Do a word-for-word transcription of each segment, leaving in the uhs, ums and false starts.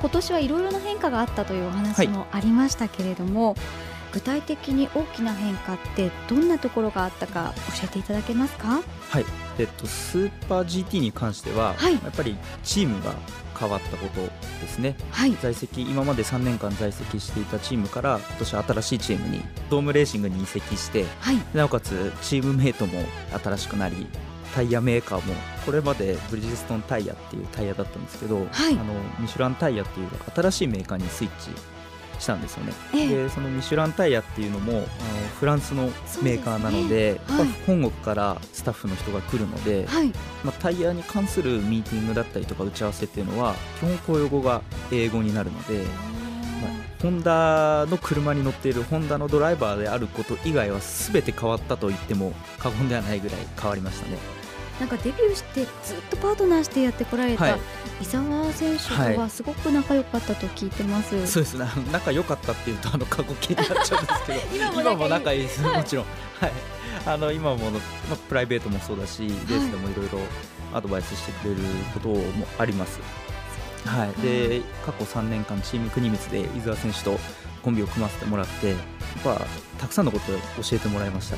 今年はいろいろな変化があったというお話もありましたけれども、はい、具体的に大きな変化ってどんなところがあったか教えていただけますか？ はい、えっと、スーパー ジーティー に関しては、はい、やっぱりチームが変わったことですね、はい、在籍今までさんねんかん在籍していたチームから今年新しいチームにドームレーシングに移籍して、はい、なおかつチームメイトも新しくなり、タイヤメーカーもこれまでブリヂストンタイヤっていうタイヤだったんですけど、はい、あのミシュランタイヤっていう新しいメーカーにスイッチしたんですよね、えー、でそのミシュランタイヤっていうのもあのフランスのメーカーなの で, で、ね、はい、本国からスタッフの人が来るので、はい、まあ、タイヤに関するミーティングだったりとか打ち合わせっていうのは基本公用語が英語になるので、まあ、ホンダの車に乗っているホンダのドライバーであること以外は全て変わったと言っても過言ではないぐらい変わりましたね。 なんかデビューしてずっとパートナーしてやってこられた、はい、伊沢選手とはすごく仲良かったと聞いてます、はい、 そうですね、仲良かったっていうとあの過去形になっちゃうんですけど今, も今も仲いいです、はい、もちろん、はい、あの今も、まあ、プライベートもそうだしレースでもいろいろアドバイスしてくれることもあります、はい、で過去さんねんかんチーム国光で伊沢選手とコンビを組ませてもらってやっぱたくさんのことを教えてもらいました、はい、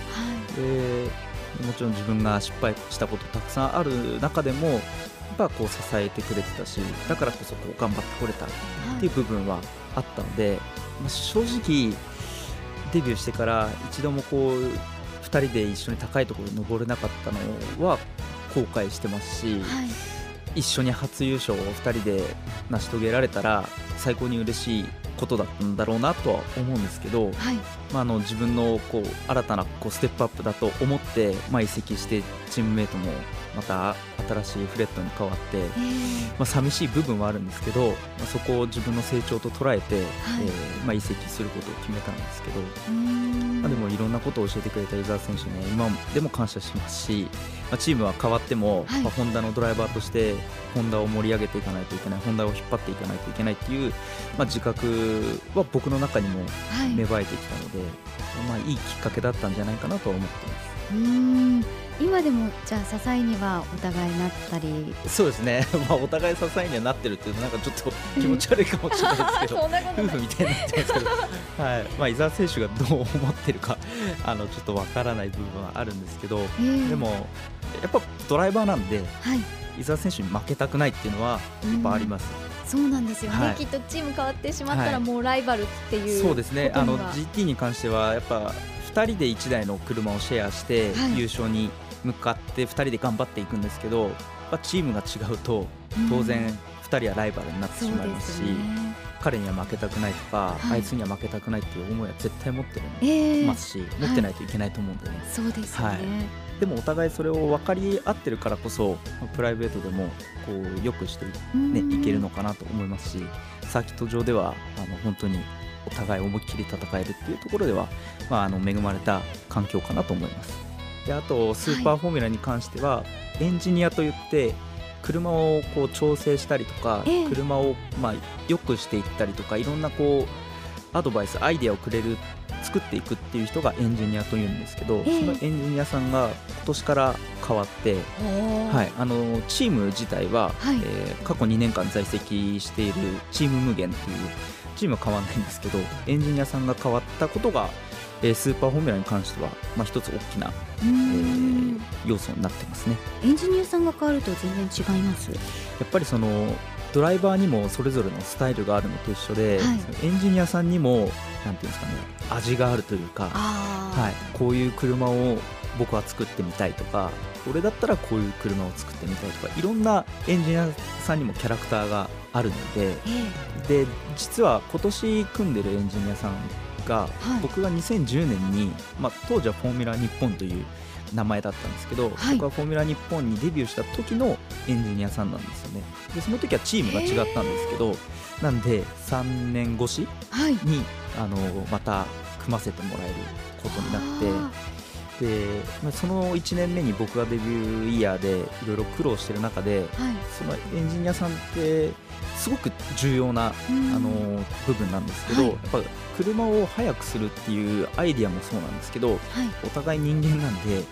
でもちろん自分が失敗したことたくさんある中でもやっぱこう支えてくれてたし、だからこそこう頑張ってこれたっていう部分はあったので、まあ、正直デビューしてから一度もこうふたりで一緒に高いところに登れなかったのは後悔してますし、はい、一緒に初優勝をふたりで成し遂げられたら最高に嬉しいことだったんだろうなとは思うんですけど、はい、まあ、あの自分のこう新たなこうステップアップだと思って、まあ、移籍してチームメイトもまた新しいフレットに変わって、まあ、寂しい部分はあるんですけど、まあ、そこを自分の成長と捉えて、はい、えーまあ、移籍することを決めたんですけど、まあ、でもいろんなことを教えてくれた伊沢選手に、ね、今でも感謝しますし、まあ、チームは変わっても、はい、まあ、ホンダのドライバーとしてホンダを盛り上げていかないといけない、ホンダを引っ張っていかないといけないっていう、まあ、自覚は僕の中にも芽生えてきたので、はい、まあ、いいきっかけだったんじゃないかなと思ってます。 うーん、今でもじゃあ支えにはお互いなったり。 そうですね、まあ、お互い支えにはなってるっていうとなんかちょっと気持ち悪いかもしれないですけど夫婦みたいになってますけど、はい、まあ、伊沢選手がどう思ってるかあのちょっとわからない部分はあるんですけど、えー、でもやっぱドライバーなんで、はい、伊沢選手に負けたくないっていうのはやっぱあります。 そうなんですよね、はい、きっとチーム変わってしまったらもうライバルっていう、はい、 そうですね、あの ジーティー に関してはやっぱふたりでいちだいの車をシェアして優勝に向かってふたりで頑張っていくんですけど、やっぱチームが違うと当然ふたりはライバルになってしまいますし、うん、彼には負けたくないとか、はい、あいつには負けたくないっていう思いは絶対持ってますし、えー、持ってないといけないと思うんでね、 はい、そうですよね、はい、 でもお互いそれを分かり合ってるからこそプライベートでもこうよくして、ね、いけるのかなと思いますし、サーキット上ではあの本当にお互い思いっきり戦えるっていうところでは、まあ、あの恵まれた環境かなと思います。であとスーパーフォーミュラに関しては、はい、エンジニアといって車をこう調整したりとか、えー、車をまあ良くしていったりとかいろんなこうアドバイスアイデアをくれる作っていくっていう人がエンジニアというんですけど、えー、そのエンジニアさんが今年から変わって、はい、あのチーム自体は、はい、えー、過去にねんかん在籍しているチーム無限っていうチームは変わらないんですけど、エンジニアさんが変わったことが、えー、スーパーフォーミュラに関しては、まあ、一つ大きな、えー、要素になってますね。 エンジニアさんが変わると全然違います？ やっぱりそのドライバーにもそれぞれのスタイルがあるのと一緒で、はい、エンジニアさんにもなんていうんですかね、味があるというか、はい、こういう車を僕は作ってみたいとか、俺だったらこういう車を作ってみたいとか、いろんなエンジニアさんにもキャラクターがあるので、えー、で実は今年組んでるエンジニアさんが、はい、僕がにせんじゅうねんに、まあ、当時はフォーミュラ日本という名前だったんですけど、はい、僕はフォーミュラ日本にデビューした時のエンジニアさんなんですよね。でその時はチームが違ったんですけど、なんでさんねん越しに、はい、あのまた組ませてもらえることになって、で、まあ、そのいちねんめに僕がデビューイヤーでいろいろ苦労してる中で、はい、そのエンジニアさんってすごく重要な、うん、あの部分なんですけど、はい、やっぱ車を速くするっていうアイディアもそうなんですけど、はい、お互い人間なんで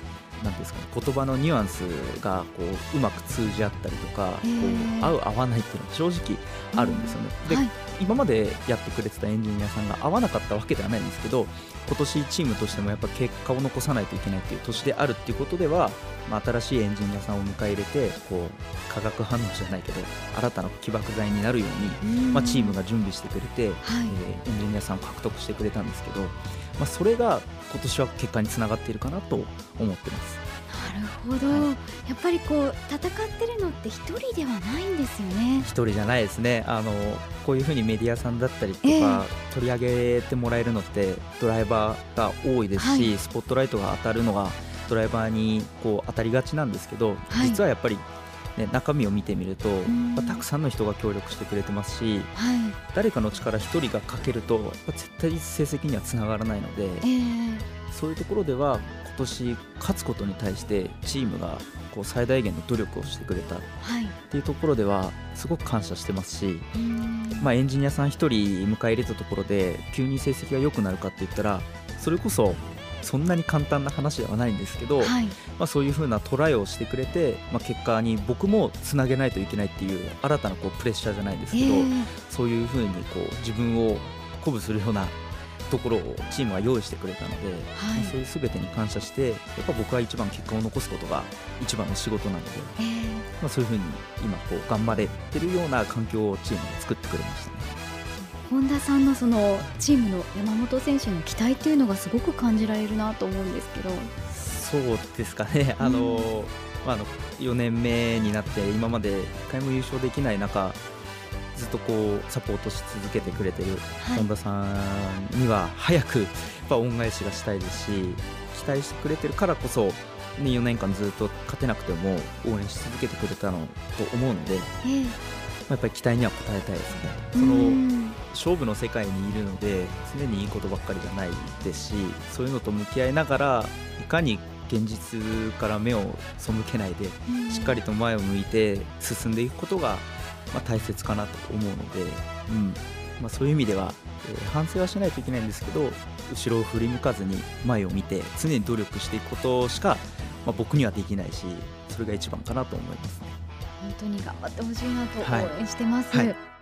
なんていうんですかね、言葉のニュアンスがこううまく通じ合ったりとか、こう合う合わないっていうのが正直あるんですよね。で、はい、今までやってくれてたエンジニアさんが合わなかったわけではないんですけど、今年チームとしてもやっぱ結果を残さないといけないっていう年であるっていうことでは、まあ、新しいエンジニアさんを迎え入れてこう化学反応じゃないけど新たな起爆剤になるように、まあ、チームが準備してくれて、はい、えー、エンジニアさんを獲得してくれたんですけど、まあ、それが今年は結果につながっているかなと思ってます。 なるほど、はい、やっぱりこう戦ってるのって一人ではないんですよね。 一人じゃないですね。あのこういうふうにメディアさんだったりとか、えー、取り上げてもらえるのってドライバーが多いですし、はい、スポットライトが当たるのがドライバーにこう当たりがちなんですけど、はい、実はやっぱり、ね、中身を見てみると、まあ、たくさんの人が協力してくれてますし、はい、誰かの力一人がかけるとやっぱ絶対成績にはつながらないので、えー、そういうところでは今年勝つことに対してチームがこう最大限の努力をしてくれたっていうところではすごく感謝してますし、まあ、エンジニアさんひとり迎え入れたところで急に成績が良くなるかって言ったらそれこそそんなに簡単な話ではないんですけど、はい、まあ、そういう風なトライをしてくれて、まあ、結果に僕もつなげないといけないっていう新たなこうプレッシャーじゃないですけど、えー、そういう風にこう自分を鼓舞するようなところをチームは用意してくれたので、はい、まあ、そういう全てに感謝してやっぱ僕は一番結果を残すことが一番の仕事なので、えー、まあ、そういう風に今こう頑張れてるような環境をチームが作ってくれましたね。 本田さんのそのチームの山本選手の期待というのがすごく感じられるなと思うんですけど。 そうですかね、あの、まあ、あのよねんめになって今までいっかいも優勝できない中ずっとこうサポートし続けてくれてる本田さんには早くやっぱ恩返しがしたいですし、期待してくれてるからこそ、ね、よねんかんずっと勝てなくても応援し続けてくれたのと思うので、えー、やっぱり期待には応えたいですね。その勝負の世界にいるので常にいいことばっかりじゃないですし、そういうのと向き合いながらいかに現実から目を背けないでしっかりと前を向いて進んでいくことがまあ大切かなと思うので、うん、まあ、そういう意味では、えー、反省はしないといけないんですけど後ろを振り向かずに前を見て常に努力していくことしか、まあ、僕にはできないしそれが一番かなと思いますね。 本当に頑張ってほしいなと応援してます。 はいはい